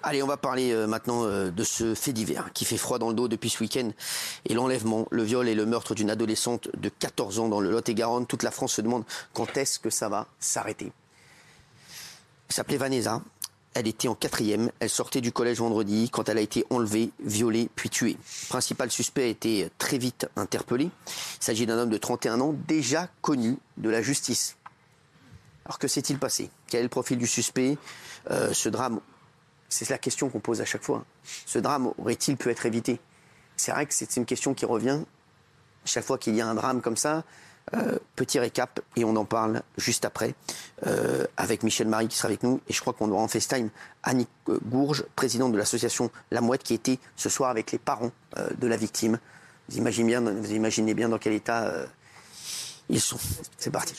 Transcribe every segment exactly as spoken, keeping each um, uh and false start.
Allez, on va parler euh, maintenant euh, de ce fait divers qui fait froid dans le dos depuis ce week-end. Et l'enlèvement, le viol et le meurtre d'une adolescente de quatorze ans dans le Lot-et-Garonne. Toute la France se demande quand est-ce que ça va s'arrêter. Elle s'appelait Vanessa. Elle était en quatrième. Elle sortait du collège vendredi quand elle a été enlevée, violée, puis tuée. Le principal suspect a été très vite interpellé. Il s'agit d'un homme de trente et un ans, déjà connu de la justice. Alors que s'est-il passé? Quel est le profil du suspect? euh, Ce drame, c'est la question qu'on pose à chaque fois. Ce drame aurait-il pu être évité? C'est vrai que c'est une question qui revient chaque fois qu'il y a un drame comme ça. Euh, petit récap, et on en parle juste après euh, avec Michel Marie qui sera avec nous, et je crois qu'on aura en FaceTime Annick Gourge, présidente de l'association La Mouette, qui était ce soir avec les parents euh, de la victime. Vous imaginez bien, vous imaginez bien dans quel état euh, ils sont. C'est parti.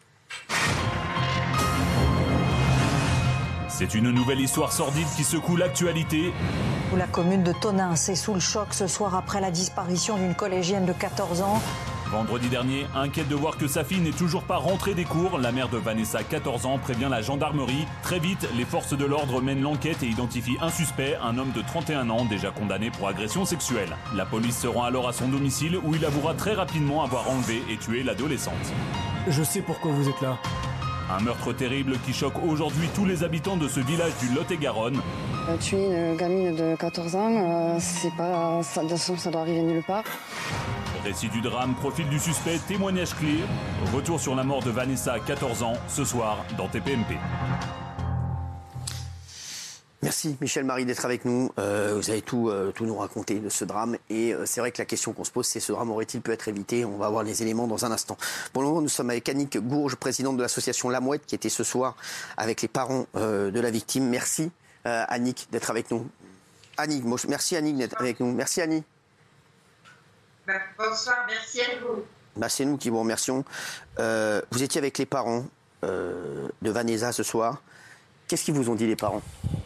C'est une nouvelle histoire sordide qui secoue l'actualité. La commune de Tonneins est sous le choc ce soir après la disparition d'une collégienne de quatorze ans. Vendredi dernier, inquiète de voir que sa fille n'est toujours pas rentrée des cours, la mère de Vanessa, quatorze ans, prévient la gendarmerie. Très vite, les forces de l'ordre mènent l'enquête et identifient un suspect, un homme de trente et un ans, déjà condamné pour agression sexuelle. La police se rend alors à son domicile où il avouera très rapidement avoir enlevé et tué l'adolescente. Je sais pourquoi vous êtes là. Un meurtre terrible qui choque aujourd'hui tous les habitants de ce village du Lot-et-Garonne. Euh, tuer une gamine de quatorze ans, euh, c'est pas, ça, de toute façon, ça doit arriver nulle part. Récit du drame, profil du suspect, témoignage clé. Retour sur la mort de Vanessa, quatorze ans, ce soir dans T P M P. Merci Michel Marie d'être avec nous. Euh, vous avez tout, euh, tout nous raconté de ce drame. Et euh, c'est vrai que la question qu'on se pose, c'est ce drame aurait-il pu être évité? On va avoir les éléments dans un instant. Pour le moment, nous sommes avec Annick Gourge, présidente de l'association La Mouette, qui était ce soir avec les parents euh, de la victime. Merci euh, Annick d'être avec nous. Annick, merci Annick d'être avec nous. Merci Annie. Bonsoir, merci à vous. Bah, c'est nous qui vous remercions. Euh, vous étiez avec les parents euh, de Vanessa ce soir. Qu'est-ce qu'ils vous ont dit, les parents?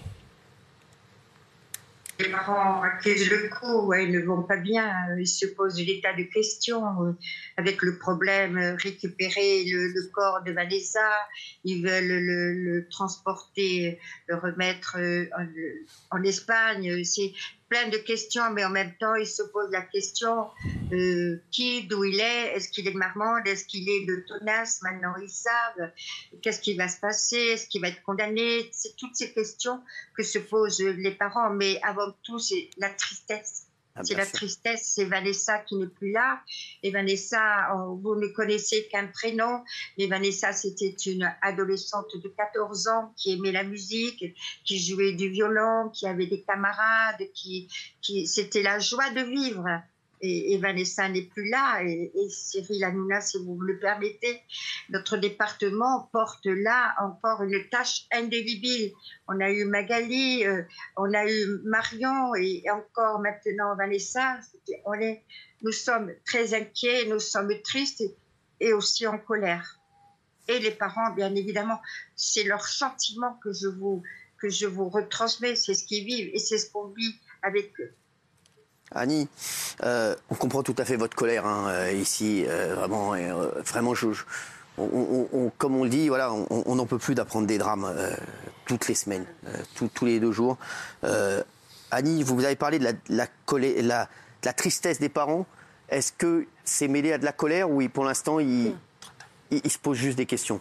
Les parents accusent le coup, ouais, ils ne vont pas bien. Ils se posent des tas de questions euh, avec le problème euh, récupérer le, le corps de Vanessa. Ils veulent le, le transporter, le remettre euh, en, en Espagne. C'est plein de questions, mais en même temps, ils se posent la question euh, qui, d'où il est, est-ce qu'il est de Marmande, est-ce qu'il est de Tonneins, maintenant ils savent, qu'est-ce qui va se passer, est-ce qu'il va être condamné, c'est toutes ces questions que se posent les parents, mais avant tout, c'est la tristesse. Ah, c'est la sûr. tristesse, c'est Vanessa qui n'est plus là. Et Vanessa, vous ne connaissez qu'un prénom, mais Vanessa, c'était une adolescente de quatorze ans qui aimait la musique, qui jouait du violon, qui avait des camarades, qui, qui c'était la joie de vivre. Et, et Vanessa n'est plus là. Et, et Cyril Hanouna, si vous me le permettez, notre département porte là encore une tâche indélébile. On a eu Magali, euh, on a eu Marion et encore maintenant Vanessa. On est, nous sommes très inquiets, nous sommes tristes et, et aussi en colère. Et les parents, bien évidemment, c'est leur sentiment que je vous, que je vous retransmets, c'est ce qu'ils vivent et c'est ce qu'on vit avec eux. Annie, euh, on comprend tout à fait votre colère hein, euh, ici, euh, vraiment, euh, vraiment, je, je, on, on, on, comme on le dit, voilà, on n'en peut plus d'apprendre des drames euh, toutes les semaines, euh, tout, tous les deux jours. Euh, Annie, vous avez parlé de la, la, colère, la, de la tristesse des parents. Est-ce que c'est mêlé à de la colère ou pour l'instant, ils, ils, ils se posent juste des questions?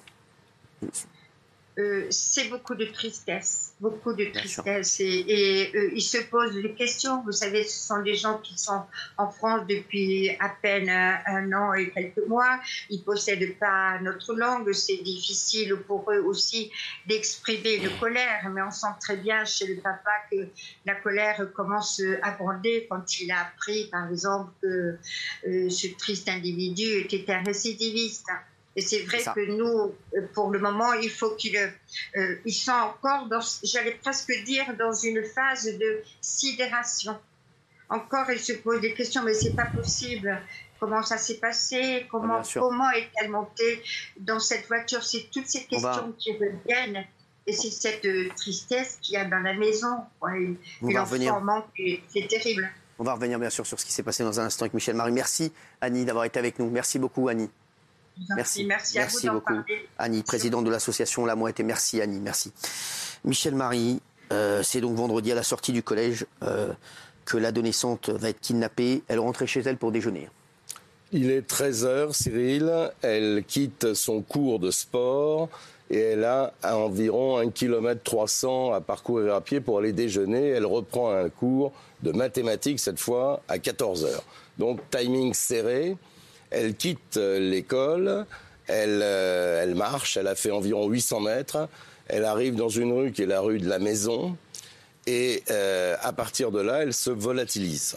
Euh, c'est beaucoup de tristesse, beaucoup de tristesse et, et euh, ils se posent des questions. Vous savez, ce sont des gens qui sont en France depuis à peine un, un an et quelques mois. Ils ne possèdent pas notre langue. C'est difficile pour eux aussi d'exprimer une colère. Mais on sent très bien chez le papa que la colère commence à gronder quand il a appris, par exemple, que euh, ce triste individu était un récidiviste. Et c'est vrai c'est que nous, pour le moment, il faut qu'ils euh, ils sont encore, dans, j'allais presque dire, dans une phase de sidération. Encore, ils se posent des questions, mais c'est pas possible. Comment ça s'est passé? Comment, comment est-elle montée dans cette voiture? C'est toutes ces questions va... qui reviennent. Et c'est cette euh, tristesse qu'il y a dans la maison. Ouais, et l'enfant manque, c'est terrible. On va revenir bien sûr sur ce qui s'est passé dans un instant avec Michel Marie. Merci Annie d'avoir été avec nous. Merci beaucoup Annie. Merci, merci, merci à vous beaucoup, Annie, présidente de l'association La Mouette. Et merci, Annie, merci. Michel Marie, Euh, c'est donc vendredi à la sortie du collège euh, que l'adolescente va être kidnappée. Elle rentrait chez elle pour déjeuner. Il est treize heures, Cyril. Elle quitte son cours de sport et elle a environ un kilomètre trois cents à parcourir à pied pour aller déjeuner. Elle reprend un cours de mathématiques, cette fois, à quatorze heures. Donc, timing serré. Elle quitte l'école, elle, euh, elle marche, elle a fait environ huit cents mètres. Elle arrive dans une rue qui est la rue de la Maison. Et euh, à partir de là, elle se volatilise.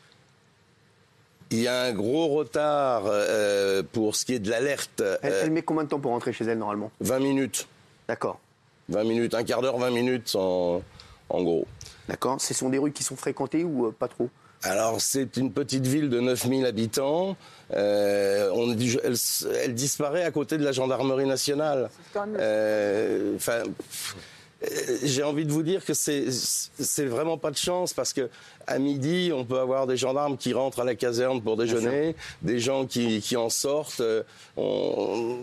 Il y a un gros retard euh, pour ce qui est de l'alerte. Elle, euh, elle met combien de temps pour rentrer chez elle, normalement? vingt minutes. D'accord. vingt minutes, un quart d'heure, vingt minutes en, en gros. D'accord. Ce sont des rues qui sont fréquentées ou euh, pas trop? Alors, c'est une petite ville de neuf mille habitants. Euh, on dit, elle, elle disparaît à côté de la gendarmerie nationale. Euh, enfin, j'ai envie de vous dire que c'est, c'est vraiment pas de chance parce que à midi, on peut avoir des gendarmes qui rentrent à la caserne pour déjeuner, des gens qui, qui en sortent. On,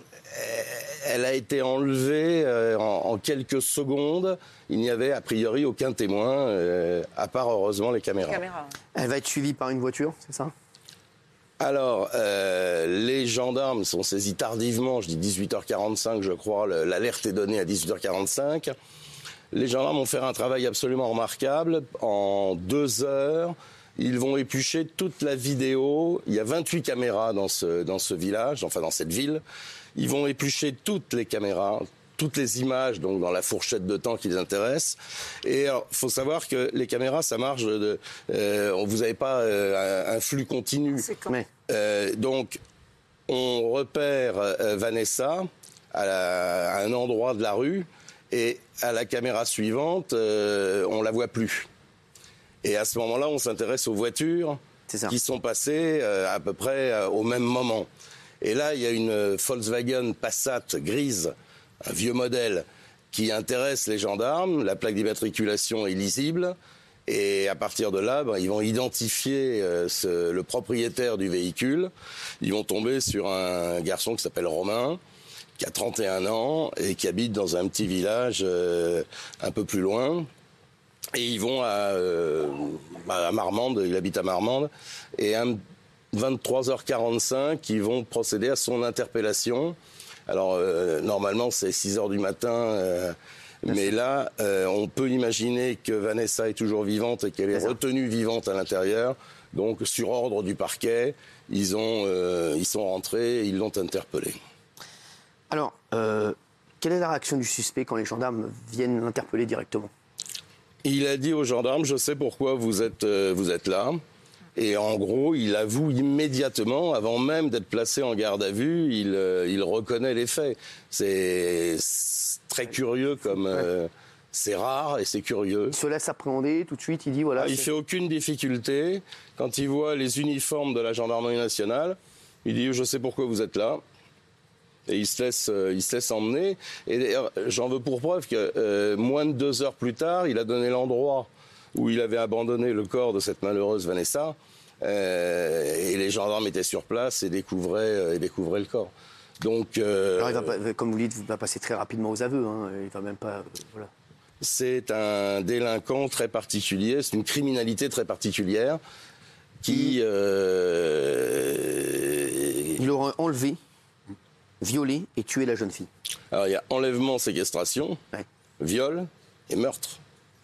elle a été enlevée en, en quelques secondes. Il n'y avait a priori aucun témoin, euh, à part heureusement les caméras. Caméra. Elle va être suivie par une voiture, c'est ça? Alors, euh, les gendarmes sont saisis tardivement, je dis dix-huit heures quarante-cinq, je crois, le, l'alerte est donnée à dix-huit heures quarante-cinq. Les gendarmes vont faire un travail absolument remarquable. En deux heures, ils vont éplucher toute la vidéo. Il y a vingt-huit caméras dans ce, dans ce village, enfin dans cette ville. Ils vont éplucher toutes les caméras, toutes les images, donc dans la fourchette de temps qui les intéresse. Et il faut savoir que les caméras, ça marche de... Euh, vous n'avez pas euh, un, un flux continu. C'est quand Mais Euh, donc, on repère euh, Vanessa à, la, à un endroit de la rue et à la caméra suivante, euh, on la voit plus. Et à ce moment-là, on s'intéresse aux voitures qui sont passées euh, à peu près euh, au même moment. Et là, il y a une Volkswagen Passat grise, un vieux modèle, qui intéresse les gendarmes. La plaque d'immatriculation est lisible. Et à partir de là, ben, ils vont identifier euh, ce, le propriétaire du véhicule. Ils vont tomber sur un garçon qui s'appelle Romain, qui a trente et un ans et qui habite dans un petit village euh, un peu plus loin. Et ils vont à, euh, à Marmande, il habite à Marmande. Et à vingt-trois heures quarante-cinq, ils vont procéder à son interpellation. Alors, euh, normalement, c'est six heures du matin... Euh, Mais là, euh, on peut imaginer que Vanessa est toujours vivante et qu'elle est retenue vivante à l'intérieur. Donc, sur ordre du parquet, ils, ont, euh, ils sont rentrés et ils l'ont interpellée. Alors, euh, quelle est la réaction du suspect quand les gendarmes viennent l'interpeller directement? Il a dit aux gendarmes, je sais pourquoi vous êtes, euh, vous êtes là. Et en gros, il avoue immédiatement, avant même d'être placé en garde à vue, il, euh, il reconnaît les faits. C'est très curieux comme... Euh, c'est rare et c'est curieux. Il se laisse appréhender tout de suite, il dit voilà... Ah, il fait aucune difficulté. Quand il voit les uniformes de la gendarmerie nationale, il dit je sais pourquoi vous êtes là. Et il se laisse, euh, il se laisse emmener. Et d'ailleurs, j'en veux pour preuve que euh, moins de deux heures plus tard, il a donné l'endroit où il avait abandonné le corps de cette malheureuse Vanessa. Euh, et les gendarmes étaient sur place et découvraient, euh, et découvraient le corps. Donc, euh, Alors, il va pas, comme vous dites, il va passer très rapidement aux aveux. Hein. Il va même pas... Euh, voilà. C'est un délinquant très particulier, c'est une criminalité très particulière qui... Euh... Il aurait enlevé, violé et tué la jeune fille. Alors, il y a enlèvement, séquestration, Ouais. viol et meurtre.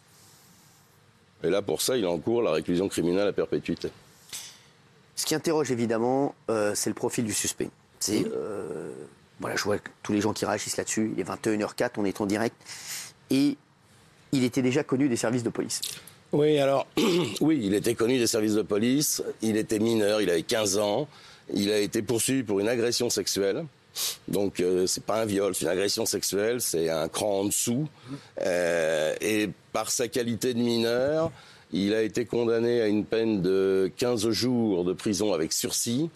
Et là, pour ça, il encourt la réclusion criminelle à perpétuité. Ce qui interroge évidemment, euh, c'est le profil du suspect. C'est, euh, voilà, je vois tous les gens qui réagissent là-dessus. Il est vingt et une heures zéro quatre, on est en direct. Et il était déjà connu des services de police. Oui, alors, oui, il était connu des services de police. Il était mineur, il avait quinze ans. Il a été poursuivi pour une agression sexuelle. Donc, euh, c'est pas un viol, c'est une agression sexuelle, c'est un cran en dessous. Euh, et par sa qualité de mineur, il a été condamné à une peine de quinze jours de prison avec sursis.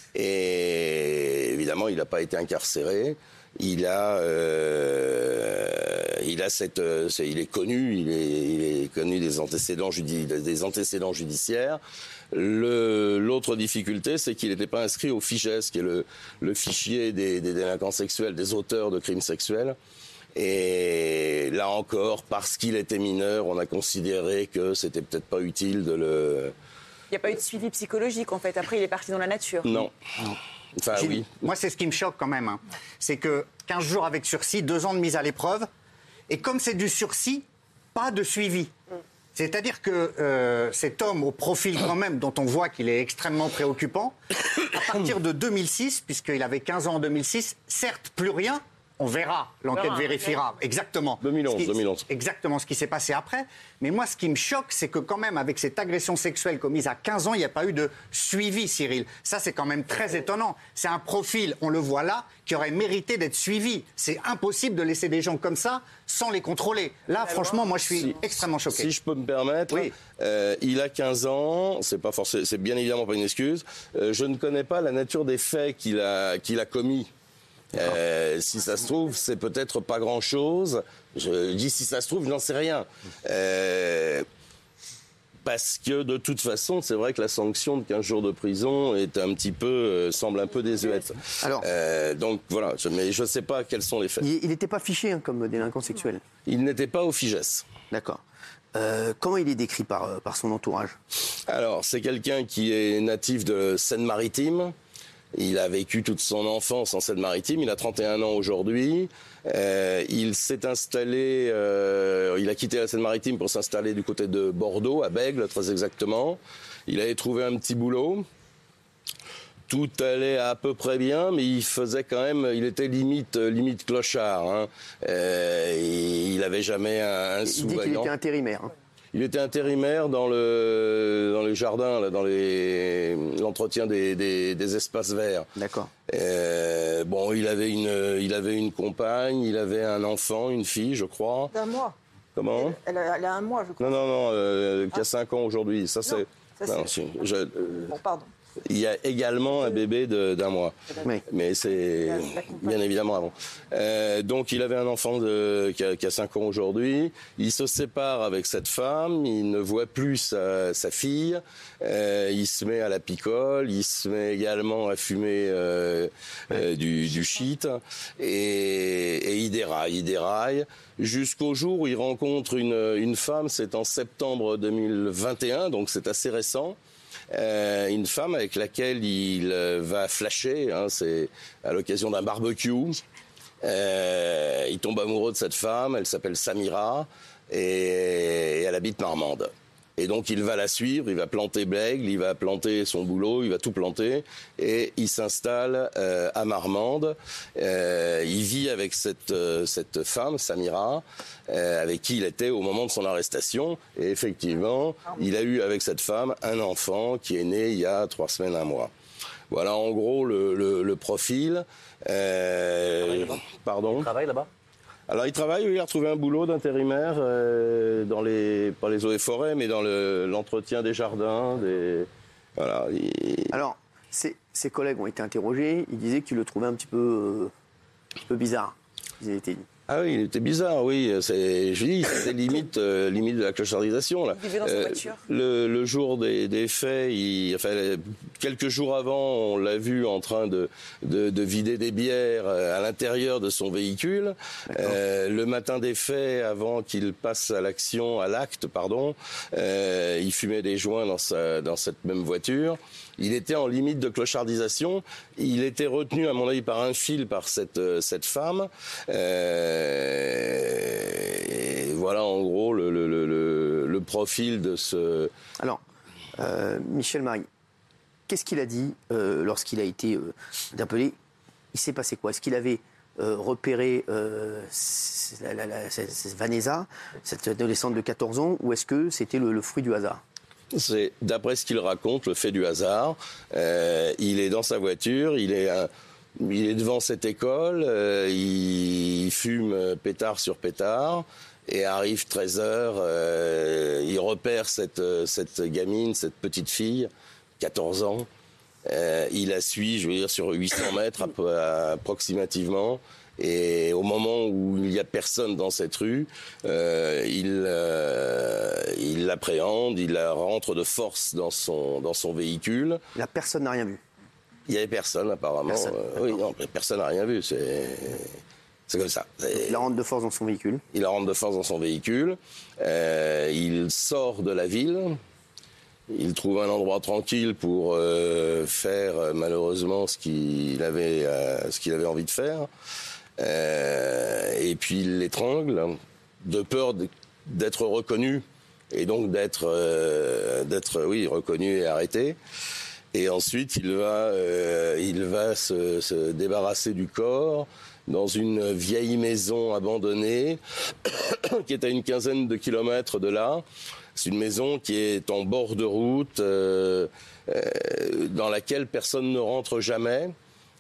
Et évidemment, il n'a pas été incarcéré. Il a, euh, il a cette, c'est, il est connu, il est, il est connu des antécédents, judi, des antécédents judiciaires. Le, l'autre difficulté, c'est qu'il n'était pas inscrit au FICHES, qui est le, le fichier des, des délinquants sexuels, des auteurs de crimes sexuels. Et là encore, parce qu'il était mineur, on a considéré que c'était peut-être pas utile de le... Il n'y a pas eu de suivi psychologique, en fait. Après, il est parti dans la nature. Non. Enfin, Gilles, oui. Moi, c'est ce qui me choque quand même. Hein. C'est que quinze jours avec sursis, deux ans de mise à l'épreuve. Et comme c'est du sursis, pas de suivi. C'est-à-dire que euh, cet homme au profil quand même, dont on voit qu'il est extrêmement préoccupant, à partir de deux mille six, puisqu'il avait quinze ans en deux mille six, certes, plus rien, on verra, l'enquête vérifiera exactement. deux mille onze, ce qui, deux mille onze. Exactement ce qui s'est passé après. Mais moi, ce qui me choque, c'est que quand même, avec cette agression sexuelle commise à quinze ans, il n'y a pas eu de suivi, Cyril. Ça, c'est quand même très étonnant. C'est un profil, on le voit là, qui aurait mérité d'être suivi. C'est impossible de laisser des gens comme ça sans les contrôler. Là, franchement, moi, je suis si, extrêmement choqué. Si je peux me permettre, oui. euh, il a quinze ans, c'est pas forcément, c'est bien évidemment pas une excuse. Euh, je ne connais pas la nature des faits qu'il a, qu'il a commis. Euh, si ça se trouve, c'est peut-être pas grand-chose. Je dis si ça se trouve, je n'en sais rien. Euh, parce que de toute façon, c'est vrai que la sanction de quinze jours de prison est un petit peu, euh, semble un peu désuète. Alors, euh, donc voilà, je, mais je ne sais pas quels sont les faits. Il n'était pas fiché hein, comme délinquant sexuel. Il n'était pas au FIJES. D'accord. Euh, comment il est décrit par, par son entourage? Alors, c'est quelqu'un qui est natif de Seine-Maritime. Il a vécu toute son enfance en Seine-Maritime. Il a trente et un ans aujourd'hui. Euh, il s'est installé, euh, il a quitté la Seine-Maritime pour s'installer du côté de Bordeaux, à Bègles, très exactement. Il avait trouvé un petit boulot. Tout allait à peu près bien, mais il faisait quand même, il était limite, limite clochard. Hein. Euh, il avait jamais un, un sou. Il dit qu'il était intérimaire. Hein. Il était intérimaire dans le dans les jardins, là, dans les l'entretien des, des, des espaces verts. D'accord. Euh, bon, il avait une il avait une compagne, il avait un enfant, une fille, je crois. D'un mois. Comment? Elle a, elle a un mois, je crois. Non, non, non, euh, qui a Ah. cinq ans aujourd'hui. Ça c'est. Ça, Non, c'est- si, je, euh, Bon, pardon. il y a également un bébé de- d'un mois. Oui. Mais c'est bien évidemment avant. Euh, donc il avait un enfant de, qui, a, qui a cinq ans aujourd'hui. Il se sépare avec cette femme. Il ne voit plus sa, sa fille. Euh, il se met à la picole. Il se met également à fumer euh, euh, du, du shit. Et, et il déraille, il déraille. Jusqu'au jour où il rencontre une, une femme. C'est en septembre deux mille vingt et un, donc c'est assez récent. Euh, une femme avec laquelle il euh, va flasher, hein, c'est à l'occasion d'un barbecue. Euh, il tombe amoureux de cette femme, elle s'appelle Samira et, et elle habite Marmande. Et donc il va la suivre, il va planter Bègles, il va planter son boulot, il va tout planter et il s'installe euh, à Marmande. Euh, il vit avec cette, euh, cette femme, Samira, euh, avec qui il était au moment de son arrestation. Et effectivement, il a eu avec cette femme un enfant qui est né il y a trois semaines, un mois. Voilà en gros le, le, le profil. Euh, pardon. Il travaille là-bas? Alors il travaille, il a retrouvé un boulot d'intérimaire euh, dans les, pas les eaux et forêts, mais dans le, l'entretien des jardins. Des, voilà. Il... Alors, ses, ses collègues ont été interrogés. Ils disaient qu'ils le trouvaient un petit peu, euh, un peu bizarre. Ils étaient... Ah oui, il était bizarre, oui. C'est, je dis, c'était limite, euh, limite de la clochardisation là. Il vivait dans sa voiture. Le, le jour des, des faits, il, enfin, quelques jours avant, on l'a vu en train de, de, de vider des bières à l'intérieur de son véhicule. Euh, le matin des faits, avant qu'il passe à l'action, à l'acte, pardon, euh, il fumait des joints dans sa, dans cette même voiture. Il était en limite de clochardisation. Il était retenu, à mon avis, par un fil par cette, cette femme. Euh, et voilà, en gros, le, le, le, le profil de ce... Alors, euh, Michel Marie, qu'est-ce qu'il a dit euh, lorsqu'il a été euh, interpellé? Il s'est passé quoi? Est-ce qu'il avait euh, repéré euh, la, la, la, cette Vanessa, cette adolescente de quatorze ans, ou est-ce que c'était le, le fruit du hasard? C'est, d'après ce qu'il raconte, le fait du hasard. Euh, il est dans sa voiture, il est, un, il est devant cette école, euh, il fume pétard sur pétard, et arrive treize heures, euh, il repère cette, cette gamine, cette petite fille, quatorze ans. Euh, il la suit, je veux dire, sur huit cents mètres approximativement. Et au moment où il n'y a personne dans cette rue, euh, il, euh, il l'appréhende, il la rentre de force dans son, dans son véhicule. La personne n'a rien vu. Il n'y avait personne apparemment. Personne, Euh, oui, non, personne n'a rien vu. C'est... C'est comme ça. Il la rentre de force dans son véhicule. Il la rentre de force dans son véhicule. Euh, il sort de la ville. Il trouve un endroit tranquille pour euh, faire euh, malheureusement ce qu'il avait, euh, ce qu'il avait envie de faire. Euh, et puis il l'étrangle de peur d'être reconnu et donc d'être, euh, d'être, oui, reconnu et arrêté. Et ensuite il va, euh, il va se, se débarrasser du corps dans une vieille maison abandonnée qui est à une quinzaine de kilomètres de là. C'est une maison qui est en bord de route, euh, euh, dans laquelle personne ne rentre jamais.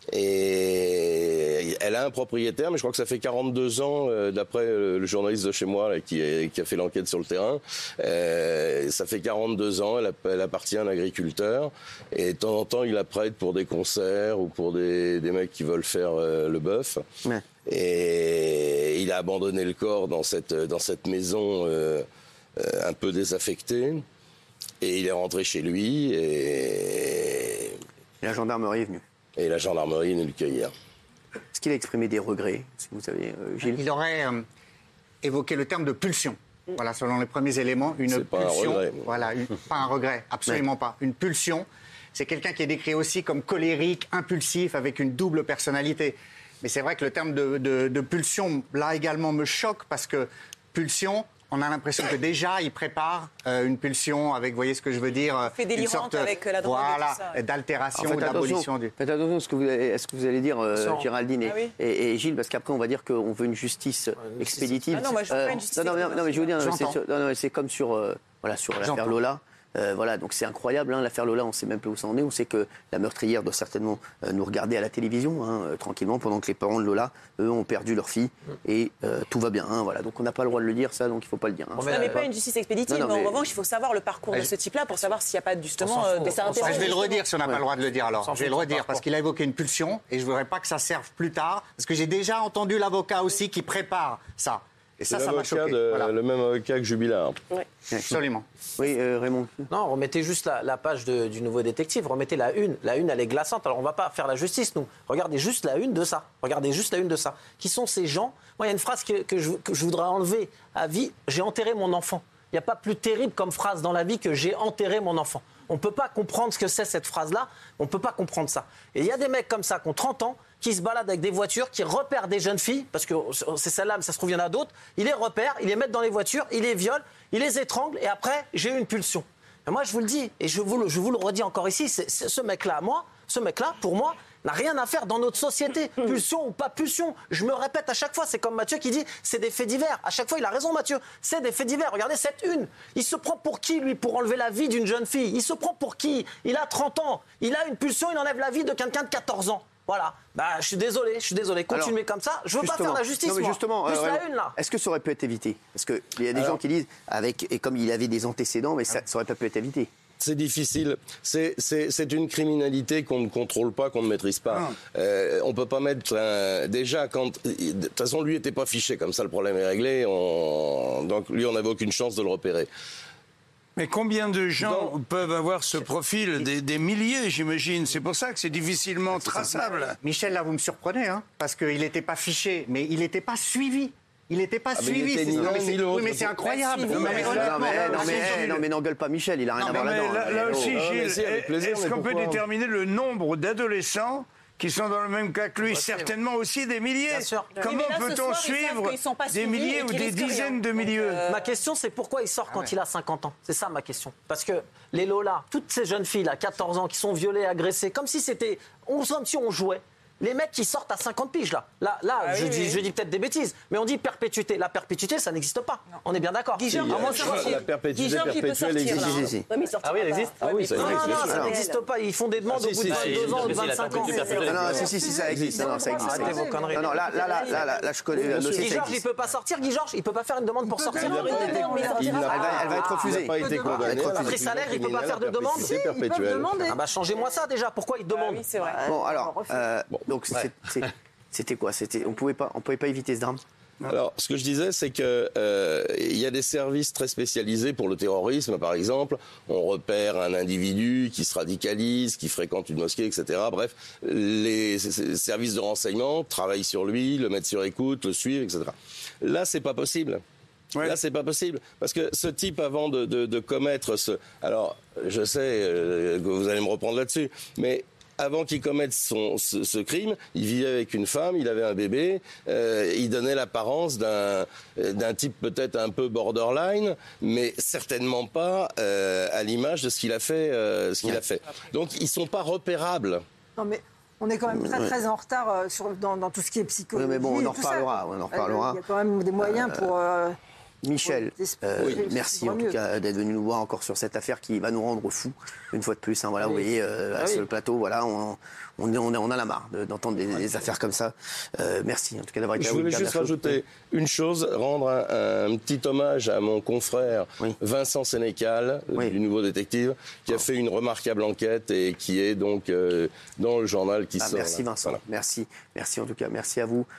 Et elle a un propriétaire, mais je crois que ça fait quarante-deux ans, euh, d'après le journaliste de chez moi là, qui, est, qui a fait l'enquête sur le terrain, euh, ça fait quarante-deux ans, elle, elle appartient à un agriculteur, et de temps en temps il la prête pour des concerts ou pour des, des mecs qui veulent faire euh, le bœuf. Ouais. Et il a abandonné le corps dans cette, dans cette maison euh, euh, un peu désaffectée, et il est rentré chez lui, et... et la gendarmerie est venue. Et la gendarmerie est venue le cueillir. Est-ce qu'il a exprimé des regrets, si vous savez, euh, Gilles? Il aurait euh, évoqué le terme de pulsion. Voilà, selon les premiers éléments, une c'est pas pulsion. Un regret. Voilà, une, pas un regret, absolument ouais. pas. Une pulsion, c'est quelqu'un qui est décrit aussi comme colérique, impulsif, avec une double personnalité. Mais c'est vrai que le terme de, de, de pulsion, là également, me choque parce que pulsion, on a l'impression que déjà, il prépare euh, une pulsion avec, vous voyez ce que je veux dire, fait délirante une sorte, avec la drogue voilà, et tout ça. d'altération Alors, ou d'abolition du... Faites attention à ce que vous allez, à ce que vous allez dire, euh, Géraldine et, ah oui. et, et Gilles, parce qu'après, on va dire qu'on veut une justice ouais, expéditive. Ah non, moi, je veux euh, pas une justice non, non, non, mais je veux dire, c'est, sur, non, non, c'est comme sur, euh, voilà, sur l'affaire Lola. Euh, voilà, donc c'est incroyable, hein, l'affaire Lola, on ne sait même pas où ça en est. On sait que la meurtrière doit certainement euh, nous regarder à la télévision, hein, euh, tranquillement, pendant que les parents de Lola, eux, ont perdu leur fille. Et euh, tout va bien, hein, voilà. Donc on n'a pas le droit de le dire, ça, donc il ne faut pas le dire. Hein. On ne met pas une justice expéditive, non, non, mais, mais en revanche, il faut savoir le parcours ouais, de ce type-là pour savoir s'il n'y a pas justement euh, des enfin, Je vais le redire si on n'a ouais. pas le droit de le dire alors. Je vais le redire parce qu'il a évoqué une pulsion et je ne voudrais pas que ça serve plus tard. Parce que j'ai déjà entendu l'avocat aussi qui prépare ça. Et ça, ça m'a choqué. De, voilà. Le même avocat que Jubilard. Oui. Absolument. Oui, euh, Raymond. Non, remettez juste la, la page de, du Nouveau Détective, remettez la une. La une, elle est glaçante. Alors, on ne va pas faire la justice, nous. Regardez juste la une de ça. Regardez juste la une de ça. Qui sont ces gens? Moi, il y a une phrase que, que, je, que je voudrais enlever à vie. J'ai enterré mon enfant. Il n'y a pas plus terrible comme phrase dans la vie que j'ai enterré mon enfant. On ne peut pas comprendre ce que c'est cette phrase-là. On ne peut pas comprendre ça. Et il y a des mecs comme ça qui ont trente ans, qui se baladent avec des voitures, qui repèrent des jeunes filles, parce que c'est celle-là, mais ça se trouve, il y en a d'autres. Ils les repèrent, ils les mettent dans les voitures, ils les violent, ils les étranglent, et après, j'ai eu une pulsion. Et moi, je vous le dis, et je vous le, je vous le redis encore ici, c'est, c'est ce mec-là, moi, ce mec-là, pour moi, n'a rien à faire dans notre société. Pulsion ou pas pulsion. Je me répète à chaque fois, c'est comme Mathieu qui dit, c'est des faits divers. À chaque fois, il a raison, Mathieu. C'est des faits divers. Regardez cette une. Il se prend pour qui, lui, pour enlever la vie d'une jeune fille? Il se prend pour qui? Il a trente ans. Il a une pulsion, il enlève la vie de quelqu'un de quatorze ans. Voilà. Bah, je suis désolé, je suis désolé. Continuez Alors, comme ça. Je veux pas faire la justice, non, mais moi. Justement, Plus euh, la une, là. Est-ce que ça aurait pu être évité? Parce qu'il y a des Alors, gens qui disent, avec, et comme il avait des antécédents, mais ça, ça aurait pas pu être évité. C'est difficile. C'est, c'est, c'est une criminalité qu'on ne contrôle pas, qu'on ne maîtrise pas. Ah. Euh, on peut pas mettre un... Déjà, quand... De toute façon, lui n'était pas fiché, comme ça le problème est réglé. On... Donc lui, on n'avait aucune chance de le repérer. Mais combien de gens Dans... peuvent avoir ce profil? Des, des milliers, j'imagine. C'est pour ça que c'est difficilement c'est traçable. Ça. Michel, là, vous me surprenez, hein, parce qu'il n'était pas fiché, mais il n'était pas suivi. Il n'était pas ah, suivi. Mais, c'est... non, mais, c'est... oui, mais c'est incroyable. Non, mais, non, mais, non, mais, non, mais n'engueule pas Michel, il a rien non, à voir là-dedans. Là, là aussi, oh, Gilles, si, plaisir, est-ce qu'on peut déterminer le nombre d'adolescents qui sont dans le même cas que lui, bah, certainement aussi des milliers. Comment oui, là, peut-on soir, suivre des milliers ou des dizaines rien. de milliers euh... Ma question, c'est pourquoi il sort quand ah ouais. il a cinquante ans? C'est ça ma question. Parce que les Lola, toutes ces jeunes filles, là, quatorze ans, qui sont violées, agressées, comme si c'était... comme si on jouait. Les mecs qui sortent à cinquante piges, là, là, là ah, je, oui, dis, oui. je dis peut-être des bêtises, mais on dit perpétuité. La perpétuité, ça n'existe pas. Non. On est bien d'accord. Guy Georges, ah, la perpétuité perpétuelle existe. Si, ah oui, elle existe. Ah oui, ça existe. Non, non, ça n'existe pas. Ils font des demandes au bout de vingt-deux ans, de vingt-cinq ans. Non, non, si, si, si, ça existe. Non, ça existe. Arrêtez vos conneries. Non, non, là, là, là, là, là, je connais. Guy Georges, il peut pas sortir. Guy Georges, il peut pas faire une demande pour sortir. Elle va être refusée. Il n'a pas été condamné. Patrice Allaire, il peut pas faire de demande. Ah bah changez-moi ça déjà. Pourquoi il demande? Oui, c'est vrai. Bon, alors, donc c'est. C'était quoi? C'était, on pouvait pas, on pouvait pas éviter ce drame. Alors, ce que je disais, c'est que euh, il y a des services très spécialisés pour le terrorisme, par exemple. On repère un individu qui se radicalise, qui fréquente une mosquée, et cetera. Bref, les services de renseignement travaillent sur lui, le mettent sur écoute, le suivent, et cetera. Là, c'est pas possible. Ouais. Là, c'est pas possible. Parce que ce type, avant de, de, de commettre ce... Alors, je sais euh, que vous allez me reprendre là-dessus, mais... Avant qu'il commette son, ce, ce crime, il vivait avec une femme, il avait un bébé, euh, il donnait l'apparence d'un, d'un type peut-être un peu borderline, mais certainement pas euh, à l'image de ce qu'il a fait. Euh, ce qu'il a fait. Donc ils sont pas repérables. Non mais on est quand même très très en retard euh, sur, dans, dans tout ce qui est psychologie. Oui, mais bon, on en reparlera. On en reparlera. Il y a quand même des moyens pour. Euh, Michel, euh, oui, merci en tout cas d'être venu nous voir encore sur cette affaire qui va nous rendre fous une fois de plus. Hein, voilà, oui. Vous voyez, euh, ah, sur oui. le plateau, voilà, on, on, on, on a la marre de, d'entendre des, des affaires comme ça. Euh, merci en tout cas d'avoir été là. Je voulais juste rajouter une chose, rendre un, un petit hommage à mon confrère oui. Vincent Sénécal, oui. du Nouveau Détective, qui a oh. fait une remarquable enquête et qui est donc euh, dans le journal qui ah, sort. Merci là. Vincent, voilà. merci, merci en tout cas, merci à vous.